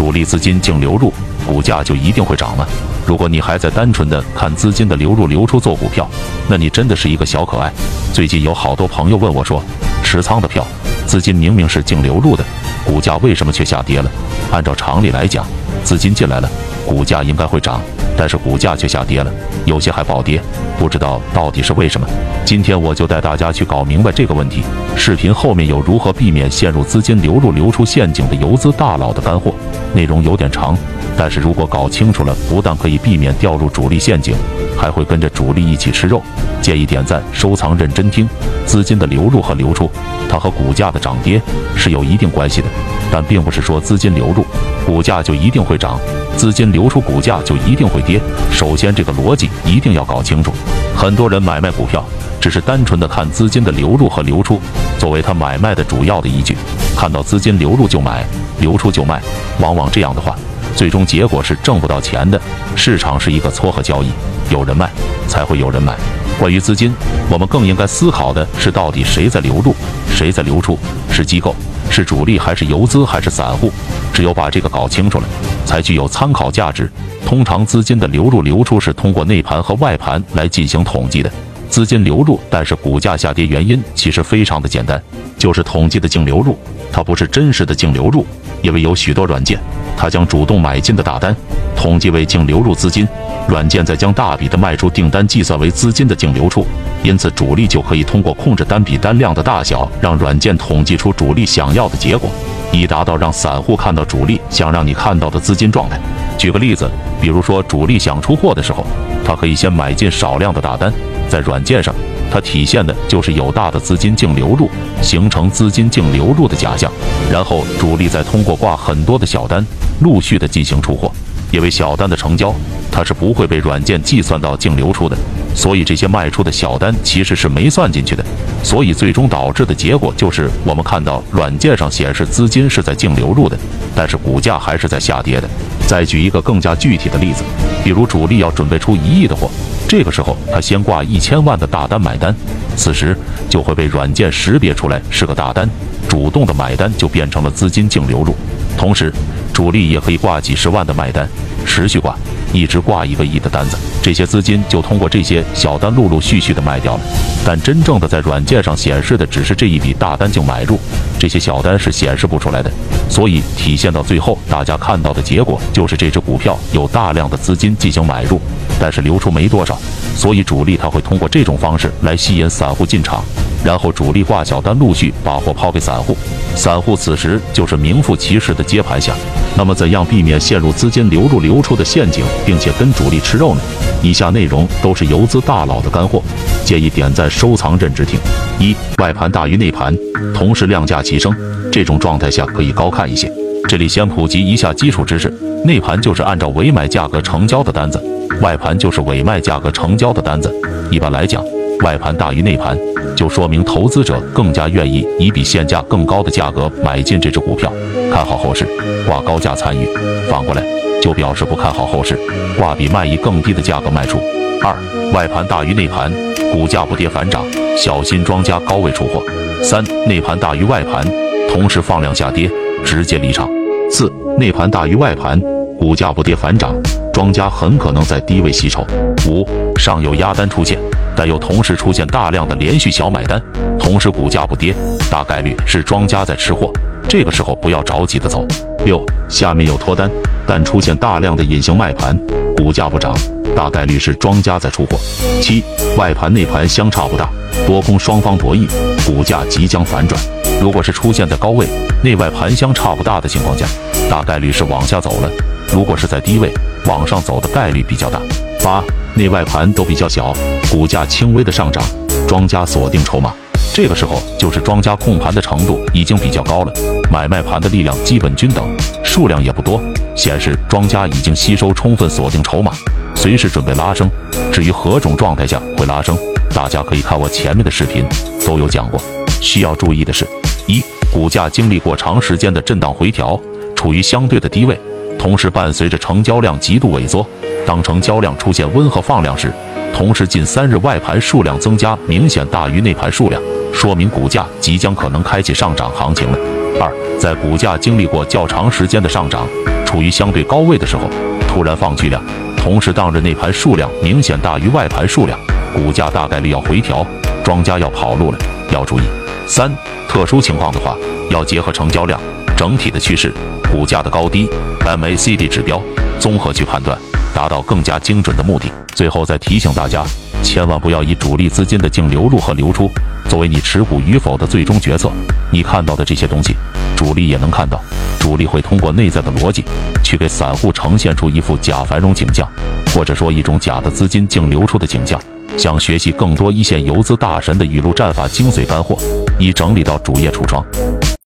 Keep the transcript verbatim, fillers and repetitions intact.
主力资金净流入，股价就一定会涨吗？如果你还在单纯的看资金的流入流出做股票，那你真的是一个小可爱。最近有好多朋友问我说，持仓的票，资金明明是净流入的，股价为什么却下跌了？按照常理来讲，资金进来了，股价应该会涨，但是股价却下跌了，有些还暴跌，不知道到底是为什么。今天我就带大家去搞明白这个问题。视频后面有如何避免陷入资金流入流出陷阱的游资大佬的干货，内容有点长，但是如果搞清楚了，不但可以避免掉入主力陷阱，还会跟着主力一起吃肉。建议点赞收藏认真听。资金的流入和流出，它和股价的涨跌是有一定关系的，但并不是说资金流入股价就一定会涨，资金流出股价就一定会跌。首先这个逻辑一定要搞清楚。很多人买卖股票只是单纯的看资金的流入和流出作为他买卖的主要的依据，看到资金流入就买，流出就卖，往往这样的话最终结果是挣不到钱的。市场是一个撮合交易，有人卖才会有人买。关于资金，我们更应该思考的是到底谁在流入，谁在流出，是机构，是主力，还是游资，还是散户？只有把这个搞清楚了，才具有参考价值。通常资金的流入流出是通过内盘和外盘来进行统计的。资金流入但是股价下跌，原因其实非常的简单，就是统计的净流入，它不是真实的净流入。因为有许多软件，它将主动买进的大单统计为净流入资金，软件再将大笔的卖出订单计算为资金的净流出，因此主力就可以通过控制单笔单量的大小，让软件统计出主力想要的结果，以达到让散户看到主力想让你看到的资金状态。举个例子，比如说主力想出货的时候，他可以先买进少量的大单，在软件上它体现的就是有大的资金净流入，形成资金净流入的假象，然后主力再通过挂很多的小单陆续的进行出货。因为小单的成交它是不会被软件计算到净流出的，所以这些卖出的小单其实是没算进去的，所以最终导致的结果就是我们看到软件上显示资金是在净流入的，但是股价还是在下跌的。再举一个更加具体的例子，比如主力要准备出一亿的货，这个时候他先挂一千万的大单买单，此时就会被软件识别出来是个大单，主动的买单就变成了资金净流入。同时主力也可以挂几十万的卖单，持续挂，一直挂一个亿的单子，这些资金就通过这些小单陆陆续续的卖掉了。但真正的在软件上显示的只是这一笔大单净买入，这些小单是显示不出来的。所以体现到最后，大家看到的结果就是这只股票有大量的资金进行买入，但是流出没多少。所以主力他会通过这种方式来吸引散户进场，然后主力挂小单陆续把货抛给散户，散户此时就是名副其实的接盘侠。那么怎样避免陷入资金流入流出的陷阱，并且跟主力吃肉呢？以下内容都是游资大佬的干货，建议点赞收藏认知听。一、外盘大于内盘，同时量价齐升，这种状态下可以高看一些。这里先普及一下基础知识，内盘就是按照委买价格成交的单子，外盘就是委卖价格成交的单子。一般来讲，外盘大于内盘，就说明投资者更加愿意以比现价更高的价格买进这只股票，看好后市，挂高价参与；反过来就表示不看好后市，挂比卖以更低的价格卖出。二、外盘大于内盘，股价不跌反涨，小心庄家高位出货。三、内盘大于外盘，同时放量下跌，直接离场。四、内盘大于外盘，股价不跌反涨，庄家很可能在低位吸筹。五、上有压单出现，但又同时出现大量的连续小买单，同时股价不跌，大概率是庄家在吃货，这个时候不要着急的走。六、下面有脱单，但出现大量的隐形卖盘，股价不涨，大概率是庄家在出货。七、外盘内盘相差不大，多空双方博弈，股价即将反转。如果是出现在高位，内外盘相差不大的情况下，大概率是往下走了；如果是在低位，往上走的概率比较大。八、内外盘都比较小，股价轻微的上涨，庄家锁定筹码，这个时候就是庄家控盘的程度已经比较高了，买卖盘的力量基本均等，数量也不多，显示庄家已经吸收充分，锁定筹码，随时准备拉升。至于何种状态下会拉升，大家可以看我前面的视频都有讲过。需要注意的是，一、股价经历过长时间的震荡回调，处于相对的低位，同时伴随着成交量极度萎缩。当成交量出现温和放量时，同时近三日外盘数量增加明显大于内盘数量，说明股价即将可能开启上涨行情了。二、在股价经历过较长时间的上涨， 处于相对高位的时候，突然放巨量，同时当日内盘数量明显大于外盘数量，股价大概率要回调，庄家要跑路了，要注意。三、特殊情况的话，要结合成交量、整体的趋势、股价的高低、M A C D 指标综合去判断，达到更加精准的目的。最后再提醒大家，千万不要以主力资金的净流入和流出作为你持股与否的最终决策。你看到的这些东西，主力也能看到，主力会通过内在的逻辑去给散户呈现出一副假繁荣景象，或者说一种假的资金净流出的景象。想学习更多一线游资大神的语录战法精髓干货，已整理到主页橱窗。